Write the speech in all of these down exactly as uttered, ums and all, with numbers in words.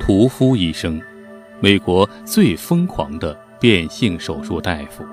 屠夫医生，美国最疯狂的变性手术大夫。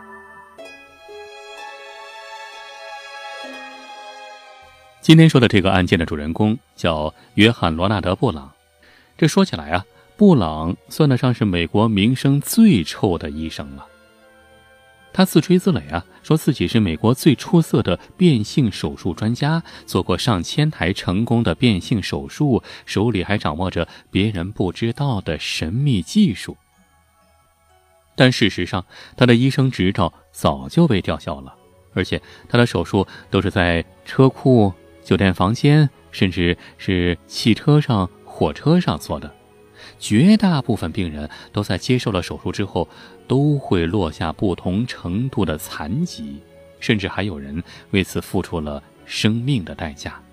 今天说的这个案件的主人公叫约翰·罗纳德·布朗。这说起来啊，布朗算得上是美国名声最臭的医生了。他自吹自擂啊，说自己是美国最出色的变性手术专家，做过上千台成功的变性手术，手里还掌握着别人不知道的神秘技术。但事实上，他的医生执照早就被吊销了，而且他的手术都是在车库、酒店房间，甚至是汽车上、火车上做的。绝大部分病人都在接受了手术之后，都会落下不同程度的残疾，甚至还有人为此付出了生命的代价。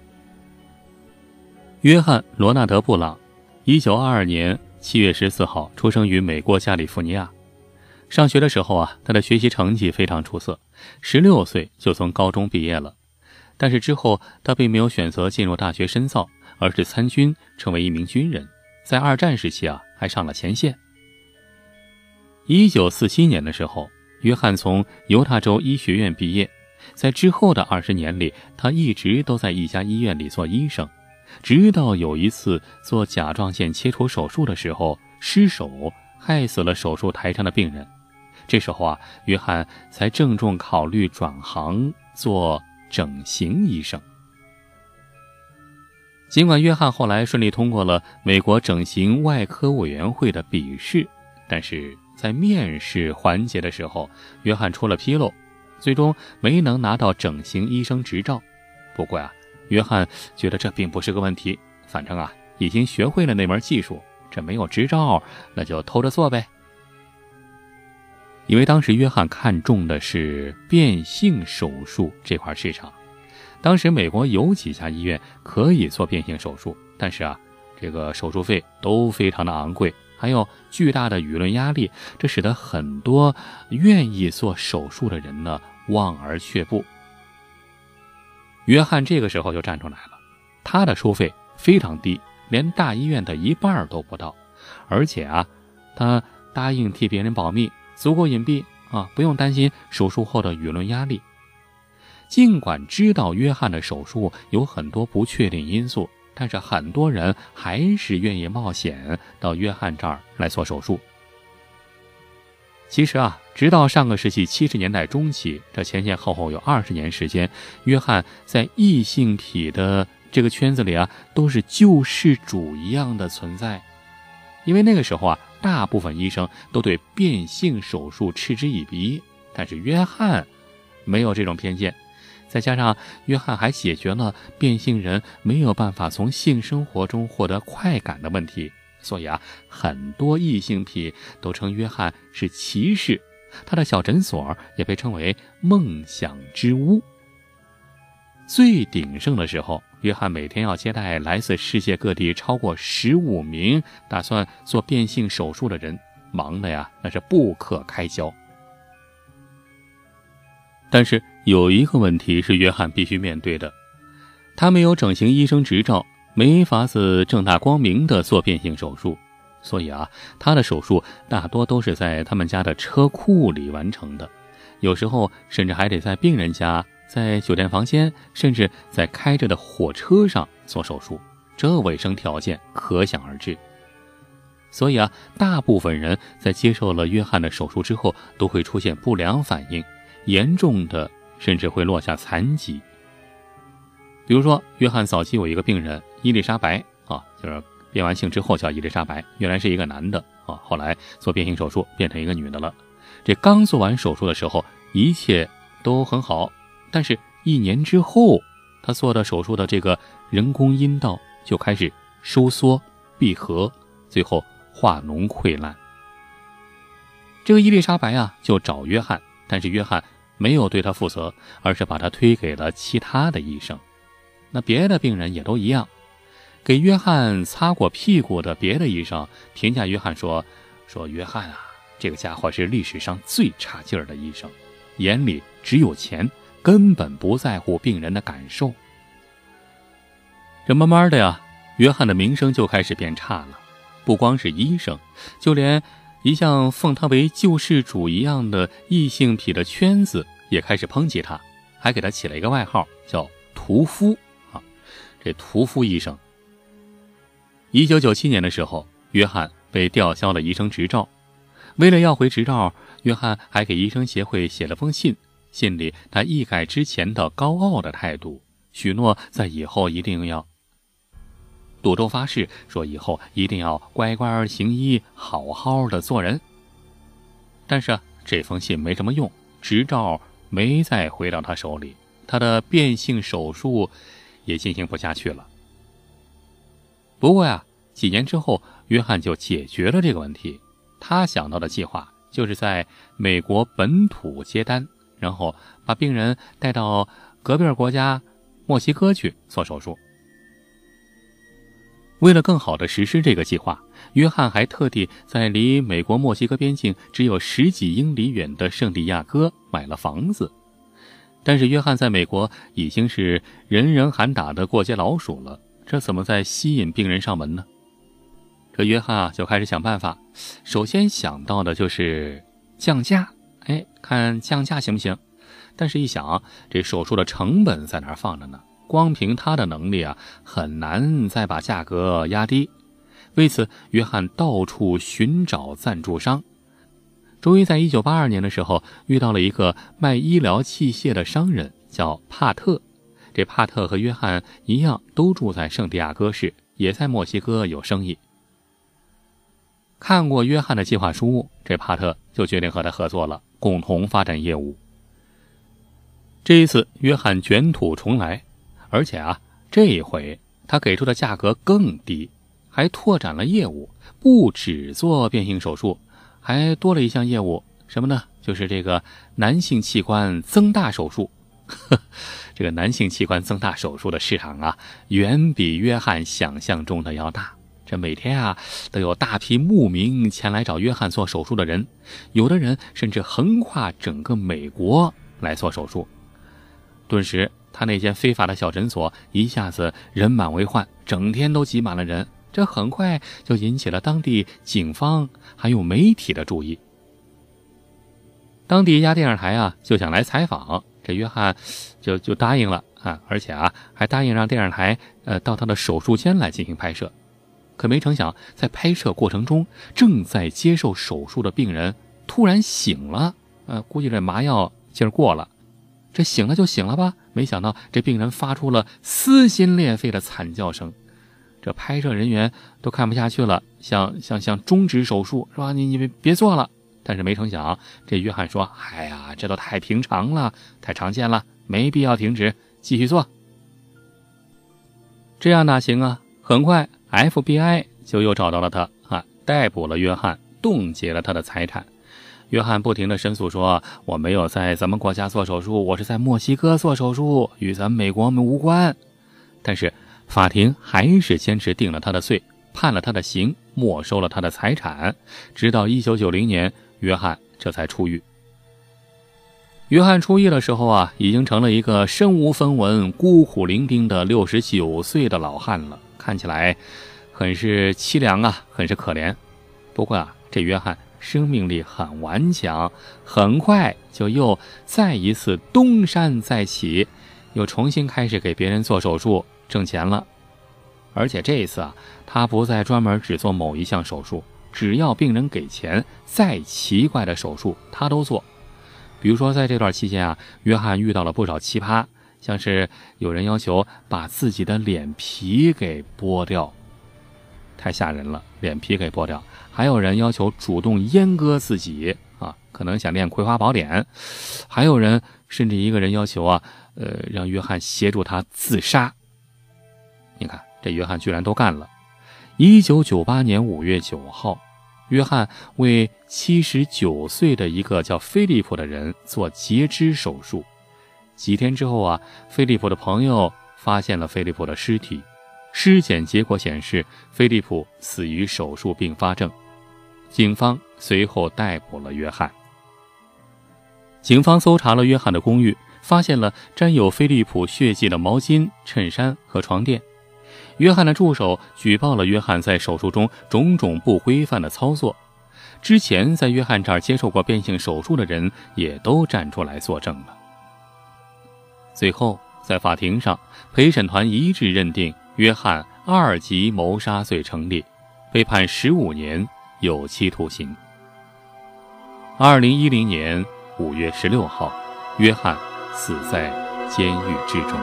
约翰·罗纳德·布朗，一九二二年七月十四号出生于美国加利福尼亚。上学的时候啊，他的学习成绩非常出色，十六岁就从高中毕业了。但是之后他并没有选择进入大学深造，而是参军成为一名军人。在二战时期啊，还上了前线。一九四七年的时候，约翰从犹他州医学院毕业。在之后的二十年里，他一直都在一家医院里做医生，直到有一次做甲状腺切除手术的时候失手，害死了手术台上的病人。这时候啊，约翰才郑重考虑转行做整形医生。尽管约翰后来顺利通过了美国整形外科委员会的笔试，但是在面试环节的时候，约翰出了纰漏，最终没能拿到整形医生执照。不过啊，约翰觉得这并不是个问题，反正啊，已经学会了那门技术，这没有执照，那就偷着做呗。因为当时约翰看中的是变性手术这块市场。当时美国有几家医院可以做变性手术，但是啊，这个手术费都非常的昂贵，还有巨大的舆论压力，这使得很多愿意做手术的人呢望而却步。约翰这个时候就站出来了，他的收费非常低，连大医院的一半都不到，而且啊，他答应替别人保密，足够隐蔽啊，不用担心手术后的舆论压力。尽管知道约翰的手术有很多不确定因素，但是很多人还是愿意冒险到约翰这儿来做手术。其实啊，直到上个世纪七十年代中期，这前前后后有二十年时间，约翰在异性体的这个圈子里啊，都是救世主一样的存在。因为那个时候啊，大部分医生都对变性手术嗤之以鼻，但是约翰没有这种偏见。再加上约翰还解决了变性人没有办法从性生活中获得快感的问题，所以啊，很多异性癖都称约翰是骑士，他的小诊所也被称为梦想之屋。最鼎盛的时候，约翰每天要接待来自世界各地超过十五名打算做变性手术的人，忙的呀那是不可开交。但是有一个问题是约翰必须面对的，他没有整形医生执照，没法子正大光明的做变性手术，所以啊，他的手术大多都是在他们家的车库里完成的，有时候甚至还得在病人家、在酒店房间，甚至在开着的火车上做手术，这卫生条件可想而知。所以啊，大部分人在接受了约翰的手术之后，都会出现不良反应，严重的甚至会落下残疾。比如说，约翰早期有一个病人伊丽莎白啊，就是变完性之后叫伊丽莎白，原来是一个男的啊，后来做变性手术变成一个女的了。这刚做完手术的时候，一切都很好，但是一年之后，他做的手术的这个人工阴道就开始收缩闭合，最后化脓溃烂。这个伊丽莎白啊，就找约翰，但是约翰没有对他负责，而是把他推给了其他的医生。那别的病人也都一样。给约翰擦过屁股的别的医生评价约翰说说约翰啊，这个家伙是历史上最差劲儿的医生，眼里只有钱，根本不在乎病人的感受。这慢慢的呀，约翰的名声就开始变差了。 不光是医生，就连一向奉他为救世主一样的异性癖的圈子也开始抨击他，还给他起了一个外号叫屠夫啊。这屠夫医生。一九九七年的时候，约翰被吊销了医生执照。为了要回执照，约翰还给医生协会写了封信，信里他一改之前的高傲的态度，许诺在以后一定要赌咒发誓，说以后一定要乖乖行医，好好的做人。但是啊，这封信没什么用，执照没再回到他手里，他的变性手术也进行不下去了。不过呀，几年之后，约翰就解决了这个问题。他想到的计划就是在美国本土接单，然后把病人带到隔壁国家墨西哥去做手术。为了更好地实施这个计划，约翰还特地在离美国墨西哥边境只有十几英里远的圣地亚哥买了房子。但是约翰在美国已经是人人喊打的过街老鼠了，这怎么再吸引病人上门呢？这约翰啊就开始想办法，首先想到的就是降价，哎，看降价行不行？但是一想，这手术的成本在哪儿放着呢？光凭他的能力啊，很难再把价格压低。为此，约翰到处寻找赞助商。终于在一九八二年的时候，遇到了一个卖医疗器械的商人，叫帕特。这帕特和约翰一样，都住在圣地亚哥市，也在墨西哥有生意。看过约翰的计划书，这帕特就决定和他合作了，共同发展业务。这一次，约翰卷土重来，而且啊，这一回他给出的价格更低，还拓展了业务，不只做变性手术，还多了一项业务，什么呢？就是这个男性器官增大手术。这个男性器官增大手术的市场啊，远比约翰想象中的要大。这每天啊，都有大批慕名前来找约翰做手术的人，有的人甚至横跨整个美国来做手术。顿时，他那间非法的小诊所一下子人满为患，整天都挤满了人。这很快就引起了当地警方还有媒体的注意。当地一家电视台啊就想来采访，这约翰就就答应了啊，而且啊还答应让电视台呃到他的手术间来进行拍摄。可没成想，在拍摄过程中，正在接受手术的病人突然醒了，呃，估计这麻药劲儿过了，这醒了就醒了吧，没想到这病人发出了撕心裂肺的惨叫声。这拍摄人员都看不下去了，想想想终止手术，是吧？你你别别做了。但是没成想，这约翰说：“哎呀，这都太平常了，太常见了，没必要停止，继续做。”这样哪行啊？很快 F B I 就又找到了他啊，逮捕了约翰，冻结了他的财产。约翰不停地申诉说：“我没有在咱们国家做手术，我是在墨西哥做手术，与咱们美国们无关。”但是法庭还是坚持定了他的罪，判了他的刑，没收了他的财产。直到一九九零年，约翰这才出狱。约翰出狱的时候啊，已经成了一个身无分文、孤苦伶仃的六十九岁的老汉了，看起来很是凄凉啊，很是可怜。不过啊，这约翰生命力很顽强，很快就又再一次东山再起，又重新开始给别人做手术挣钱了。而且这一次啊，他不再专门只做某一项手术，只要病人给钱，再奇怪的手术他都做。比如说在这段期间啊，约翰遇到了不少奇葩，像是有人要求把自己的脸皮给剥掉，太吓人了，脸皮给剥掉。还有人要求主动阉割自己啊，可能想练葵花宝典。还有人甚至一个人要求啊，呃，让约翰协助他自杀。你看，这约翰居然都干了。一九九八年五月九号，约翰为七十九岁的一个叫菲利普的人做截肢手术。几天之后啊，菲利普的朋友发现了菲利普的尸体，尸检结果显示菲利普死于手术并发症。警方随后逮捕了约翰。警方搜查了约翰的公寓，发现了沾有菲利普血迹的毛巾、衬衫和床垫。 约翰的助手举报了约翰在手术中种种不规范的操作。之前在约翰这儿接受过变性手术的人也都站出来作证了。最后在法庭上，陪审团一致认定约翰二级谋杀罪成立，被判十五年有期徒刑。二零一零年五月十六号，约翰死在监狱之中。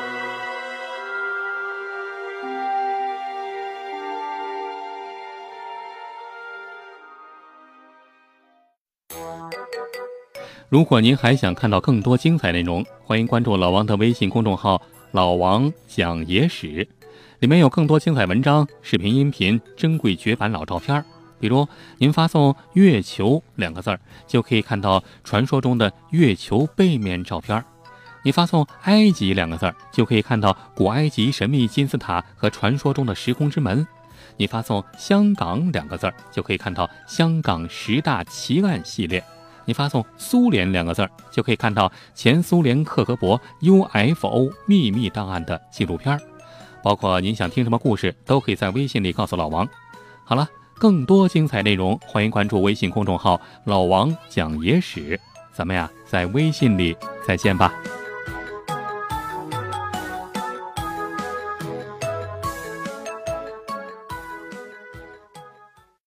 如果您还想看到更多精彩内容，欢迎关注老王的微信公众号老王讲野史，里面有更多精彩文章、视频、音频、珍贵绝版老照片。比如您发送月球两个字就可以看到传说中的月球背面照片，你发送埃及两个字就可以看到古埃及神秘金字塔和传说中的时空之门，你发送香港两个字就可以看到香港十大奇案系列，你发送苏联两个字就可以看到前苏联克格勃 U F O 秘密档案的纪录片。包括您想听什么故事都可以在微信里告诉老王。好了，更多精彩内容欢迎关注微信公众号老王讲野史，咱们呀在微信里再见吧。